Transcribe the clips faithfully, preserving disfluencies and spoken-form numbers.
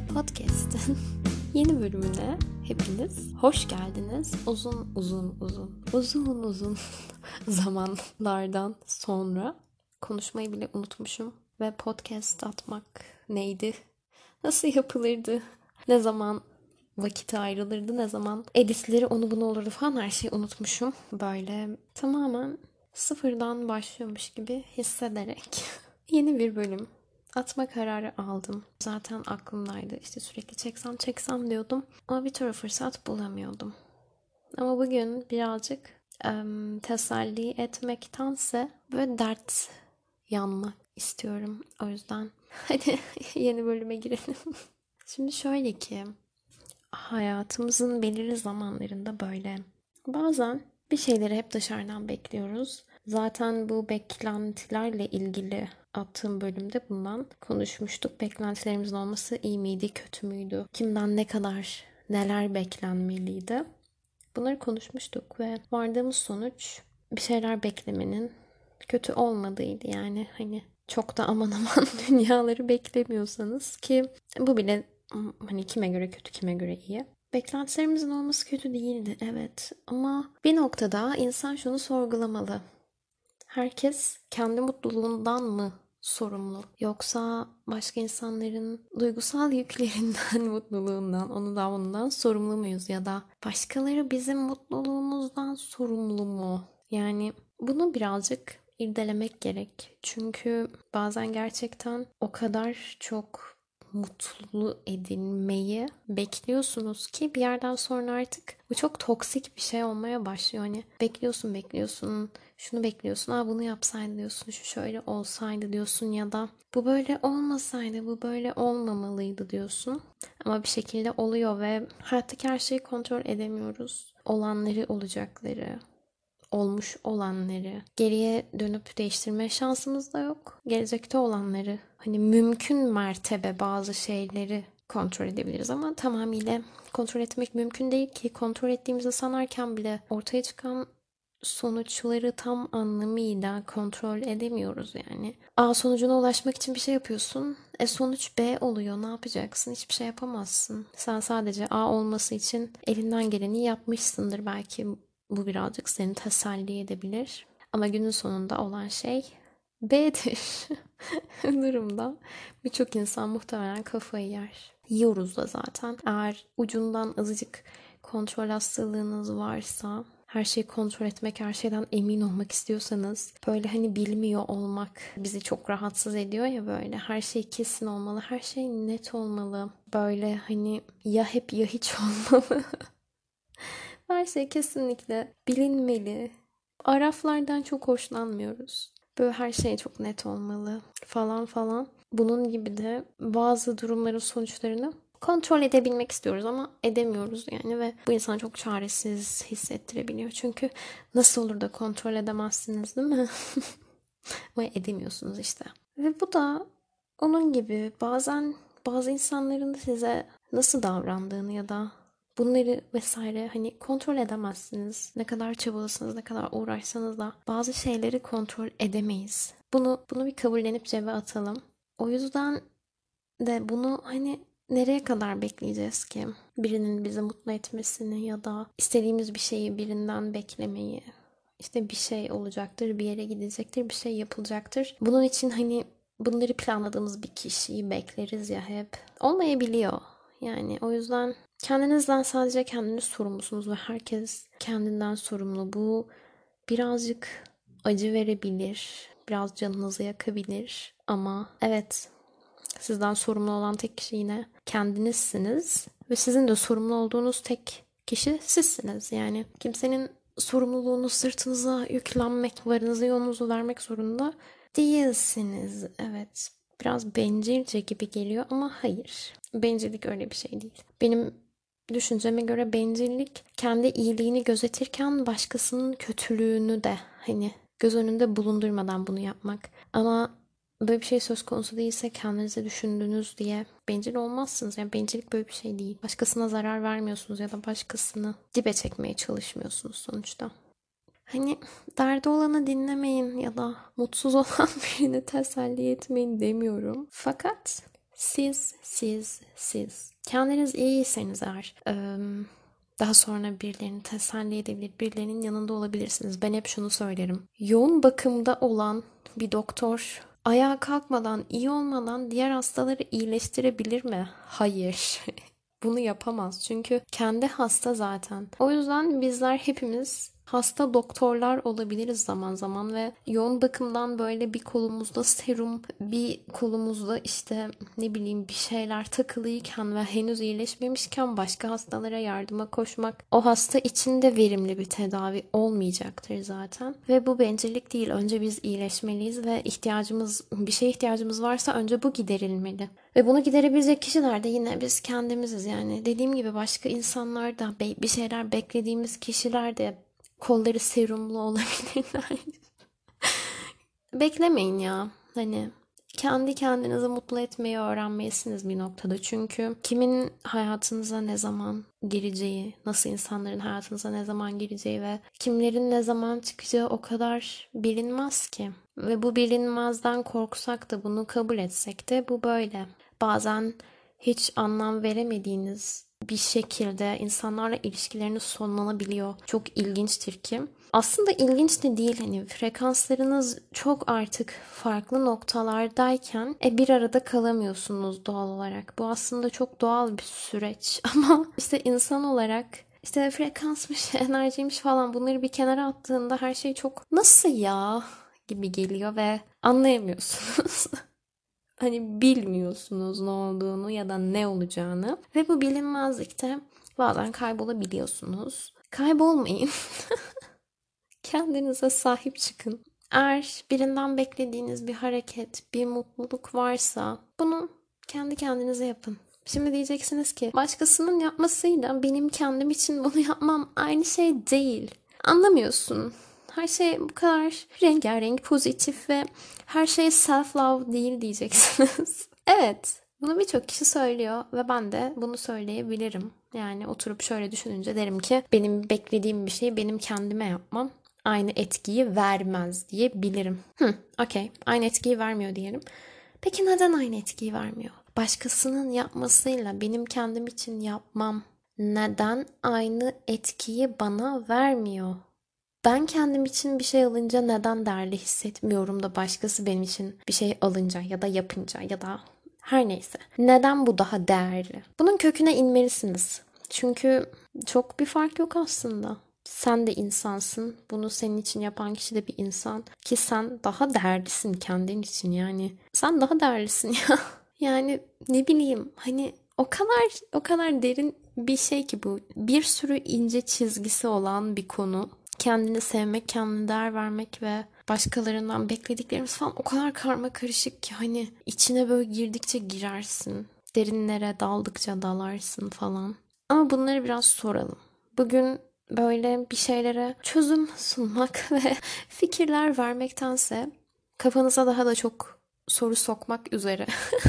Podcast'ın yeni bölümüne hepiniz hoş geldiniz. Uzun uzun uzun uzun uzun zamanlardan sonra konuşmayı bile unutmuşum ve podcast atmak neydi? Nasıl yapılırdı? Ne zaman vakit ayrılırdı? Ne zaman editleri onu bunu olurdu falan, her şeyi unutmuşum. Böyle tamamen sıfırdan başlıyormuş gibi hissederek yeni bir bölüm atma kararı aldım. Zaten aklımdaydı. İşte sürekli çeksem çeksem diyordum. Ama bir türlü fırsat bulamıyordum. Ama bugün birazcık em, teselli etmektense böyle dert yanmak istiyorum. O yüzden hadi yeni bölüme girelim. Şimdi şöyle ki, hayatımızın belirli zamanlarında böyle bazen bir şeyleri hep dışarıdan bekliyoruz. Zaten bu beklentilerle ilgili attığım bölümde bundan konuşmuştuk. Beklentilerimizin olması iyi miydi, kötü müydü? Kimden ne kadar, neler beklenmeliydi? Bunları konuşmuştuk ve vardığımız sonuç bir şeyler beklemenin kötü olmadığıydı. Yani hani çok da aman aman dünyaları beklemiyorsanız, ki bu bile hani kime göre kötü, kime göre iyi. Beklentilerimizin olması kötü değildi, evet. Ama bir noktada insan şunu sorgulamalı. Herkes kendi mutluluğundan mı sorumlu? Yoksa başka insanların duygusal yüklerinden, mutluluğundan, onundan bundan sorumlu muyuz? Ya da başkaları bizim mutluluğumuzdan sorumlu mu? Yani bunu birazcık irdelemek gerek. Çünkü bazen gerçekten o kadar çok mutlu edinmeyi bekliyorsunuz ki bir yerden sonra artık bu çok toksik bir şey olmaya başlıyor. Hani bekliyorsun bekliyorsun, şunu bekliyorsun, aa bunu yapsaydı diyorsun, şu şöyle olsaydı diyorsun ya da bu böyle olmasaydı, bu böyle olmamalıydı diyorsun. Ama bir şekilde oluyor ve hayattaki her şeyi kontrol edemiyoruz. Olanları, olacakları, olmuş olanları geriye dönüp değiştirme şansımız da yok. Gelecekte olanları, hani mümkün mertebe bazı şeyleri kontrol edebiliriz ama tamamıyla kontrol etmek mümkün değil ki. Kontrol ettiğimizi sanarken bile ortaya çıkan sonuçları tam anlamıyla kontrol edemiyoruz yani. A sonucuna ulaşmak için bir şey yapıyorsun. E sonuç B oluyor. Ne yapacaksın? Hiçbir şey yapamazsın. Sen sadece A olması için elinden geleni yapmışsındır belki. Bu birazcık seni teselli edebilir. Ama günün sonunda olan şey B'dir. Durumda birçok insan muhtemelen kafayı yer. Yiyoruz da zaten. Eğer ucundan azıcık kontrol hastalığınız varsa, her şeyi kontrol etmek, her şeyden emin olmak istiyorsanız, böyle hani bilmiyor olmak bizi çok rahatsız ediyor ya böyle. Her şey kesin olmalı, her şey net olmalı. Böyle hani ya hep ya hiç olmalı. Her şey kesinlikle bilinmeli. Araflardan çok hoşlanmıyoruz. Böyle her şey çok net olmalı falan falan. Bunun gibi de bazı durumların sonuçlarını kontrol edebilmek istiyoruz ama edemiyoruz yani ve bu insanı çok çaresiz hissettirebiliyor. Çünkü nasıl olur da kontrol edemezsiniz, değil mi? Ama edemiyorsunuz işte. Ve bu da onun gibi bazen bazı insanların da size nasıl davrandığını ya da bunları vesaire hani kontrol edemezsiniz. Ne kadar çabalasanız, ne kadar uğraşsanız da bazı şeyleri kontrol edemeyiz. Bunu bunu bir kabullenip cebe atalım. O yüzden de bunu hani nereye kadar bekleyeceğiz ki? Birinin bizi mutlu etmesini ya da istediğimiz bir şeyi birinden beklemeyi. İşte bir şey olacaktır, bir yere gidecektir, bir şey yapılacaktır. Bunun için hani bunları planladığımız bir kişiyi bekleriz ya hep. Olmayabiliyor. Yani o yüzden kendinizden sadece kendiniz sorumlusunuz ve herkes kendinden sorumlu. Bu birazcık acı verebilir, biraz canınızı yakabilir ama evet, sizden sorumlu olan tek kişi yine kendinizsiniz ve sizin de sorumlu olduğunuz tek kişi sizsiniz. Yani kimsenin sorumluluğunu sırtınıza yüklenmek, varınızı yoğununuzu vermek zorunda değilsiniz. Evet, biraz bencilce gibi geliyor ama hayır. Bencillik öyle bir şey değil. Benim düşünceme göre bencillik kendi iyiliğini gözetirken başkasının kötülüğünü de hani göz önünde bulundurmadan bunu yapmak. Ama böyle bir şey söz konusu değilse kendinizi düşündünüz diye bencil olmazsınız. Yani bencillik böyle bir şey değil. Başkasına zarar vermiyorsunuz ya da başkasını dibe çekmeye çalışmıyorsunuz sonuçta. Hani derdi olanı dinlemeyin ya da mutsuz olan birini teselli etmeyin demiyorum. Fakat Siz, siz, siz. Kendiniz iyiyseniz eğer daha sonra birilerini teselli edebilir, birilerinin yanında olabilirsiniz. Ben hep şunu söylerim. Yoğun bakımda olan bir doktor ayağa kalkmadan, iyi olmadan diğer hastaları iyileştirebilir mi? Hayır. Bunu yapamaz. Çünkü kendi hasta zaten. O yüzden bizler hepimiz hasta doktorlar olabiliriz zaman zaman ve yoğun bakımdan böyle bir kolumuzda serum, bir kolumuzda işte ne bileyim bir şeyler takılıyken ve henüz iyileşmemişken başka hastalara yardıma koşmak o hasta için de verimli bir tedavi olmayacaktır zaten. Ve bu bencillik değil. Önce biz iyileşmeliyiz ve ihtiyacımız, bir şeye ihtiyacımız varsa önce bu giderilmeli. Ve bunu giderebilecek kişiler de yine biz kendimiziz. Yani dediğim gibi başka insanlar da bir şeyler beklediğimiz kişiler de kolları serumlu olabilirler. Beklemeyin ya. Hani kendi kendinizi mutlu etmeyi öğrenmelisiniz bir noktada. Çünkü kimin hayatınıza ne zaman gireceği, nasıl insanların hayatınıza ne zaman gireceği ve kimlerin ne zaman çıkacağı o kadar bilinmez ki. Ve bu bilinmezden korksak da bunu kabul etsek de bu böyle. Bazen hiç anlam veremediğiniz bir şekilde insanlarla ilişkileriniz sonlanabiliyor. Çok ilginçtir ki. Aslında ilginç de değil, hani frekanslarınız çok artık farklı noktalardayken e, bir arada kalamıyorsunuz doğal olarak. Bu aslında çok doğal bir süreç ama işte insan olarak işte frekansmış, enerjiymiş falan bunları bir kenara attığında her şey çok nasıl ya gibi geliyor ve anlayamıyorsunuz. Hani bilmiyorsunuz ne olduğunu ya da ne olacağını. Ve bu bilinmezlikte bazen kaybolabiliyorsunuz. Kaybolmayın. Kendinize sahip çıkın. Eğer birinden beklediğiniz bir hareket, bir mutluluk varsa bunu kendi kendinize yapın. Şimdi diyeceksiniz ki başkasının yapmasıyla benim kendim için bunu yapmam aynı şey değil. Anlamıyorsun. Her şey bu kadar rengarenk, pozitif ve her şey self-love değil diyeceksiniz. Evet, bunu birçok kişi söylüyor ve ben de bunu söyleyebilirim. Yani oturup şöyle düşününce derim ki benim beklediğim bir şeyi benim kendime yapmam aynı etkiyi vermez diyebilirim. Hı, okey. Aynı etkiyi vermiyor diyelim. Peki neden aynı etkiyi vermiyor? Başkasının yapmasıyla benim kendim için yapmam neden aynı etkiyi bana vermiyor? Ben kendim için bir şey alınca neden değerli hissetmiyorum da başkası benim için bir şey alınca ya da yapınca ya da her neyse. Neden bu daha değerli? Bunun köküne inmelisiniz. Çünkü çok bir fark yok aslında. Sen de insansın. Bunu senin için yapan kişi de bir insan. Ki sen daha değerlisin kendin için yani. Sen daha değerlisin ya. Yani ne bileyim hani o kadar o kadar derin bir şey ki bu. Bir sürü ince çizgisi olan bir konu. Kendini sevmek, kendine değer vermek ve başkalarından beklediklerimiz falan o kadar karma karışık ki hani içine böyle girdikçe girersin. Derinlere daldıkça dalarsın falan. Ama bunları biraz soralım. Bugün böyle bir şeylere çözüm sunmak ve fikirler vermektense kafanıza daha da çok soru sokmak üzere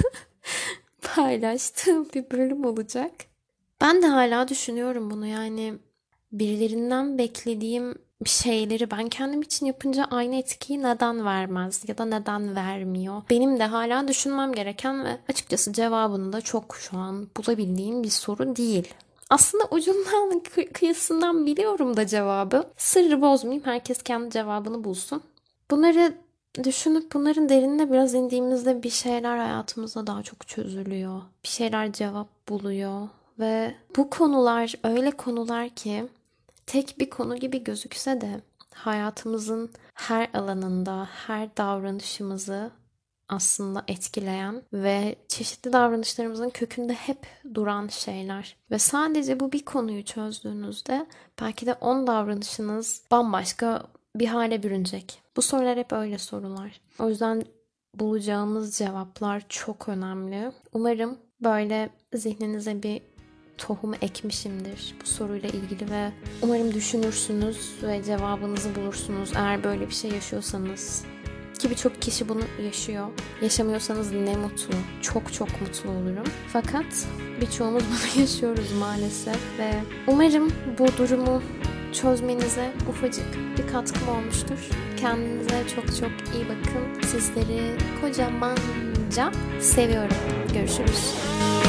paylaştığım bir bölüm olacak. Ben de hala düşünüyorum bunu yani birilerinden beklediğim şeyleri ben kendim için yapınca aynı etkiyi neden vermez ya da neden vermiyor? Benim de hala düşünmem gereken ve açıkçası cevabını da çok şu an bulabildiğim bir soru değil. Aslında ucundan kı- kıyısından biliyorum da cevabı. Sırrı bozmayayım, herkes kendi cevabını bulsun. Bunları düşünüp bunların derinine biraz indiğimizde bir şeyler hayatımızda daha çok çözülüyor. Bir şeyler cevap buluyor ve bu konular öyle konular ki tek bir konu gibi gözükse de hayatımızın her alanında, her davranışımızı aslında etkileyen ve çeşitli davranışlarımızın kökünde hep duran şeyler. Ve sadece bu bir konuyu çözdüğünüzde belki de on davranışınız bambaşka bir hale bürünecek. Bu sorular hep öyle sorular. O yüzden bulacağımız cevaplar çok önemli. Umarım böyle zihninize bir tohumu ekmişimdir bu soruyla ilgili ve umarım düşünürsünüz ve cevabınızı bulursunuz eğer böyle bir şey yaşıyorsanız. Ki birçok kişi bunu yaşıyor. Yaşamıyorsanız ne mutlu. Çok çok mutlu olurum. Fakat birçoğumuz bunu yaşıyoruz maalesef ve umarım bu durumu çözmenize ufacık bir katkım olmuştur. Kendinize çok çok iyi bakın. Sizleri kocamanca seviyorum. Görüşürüz.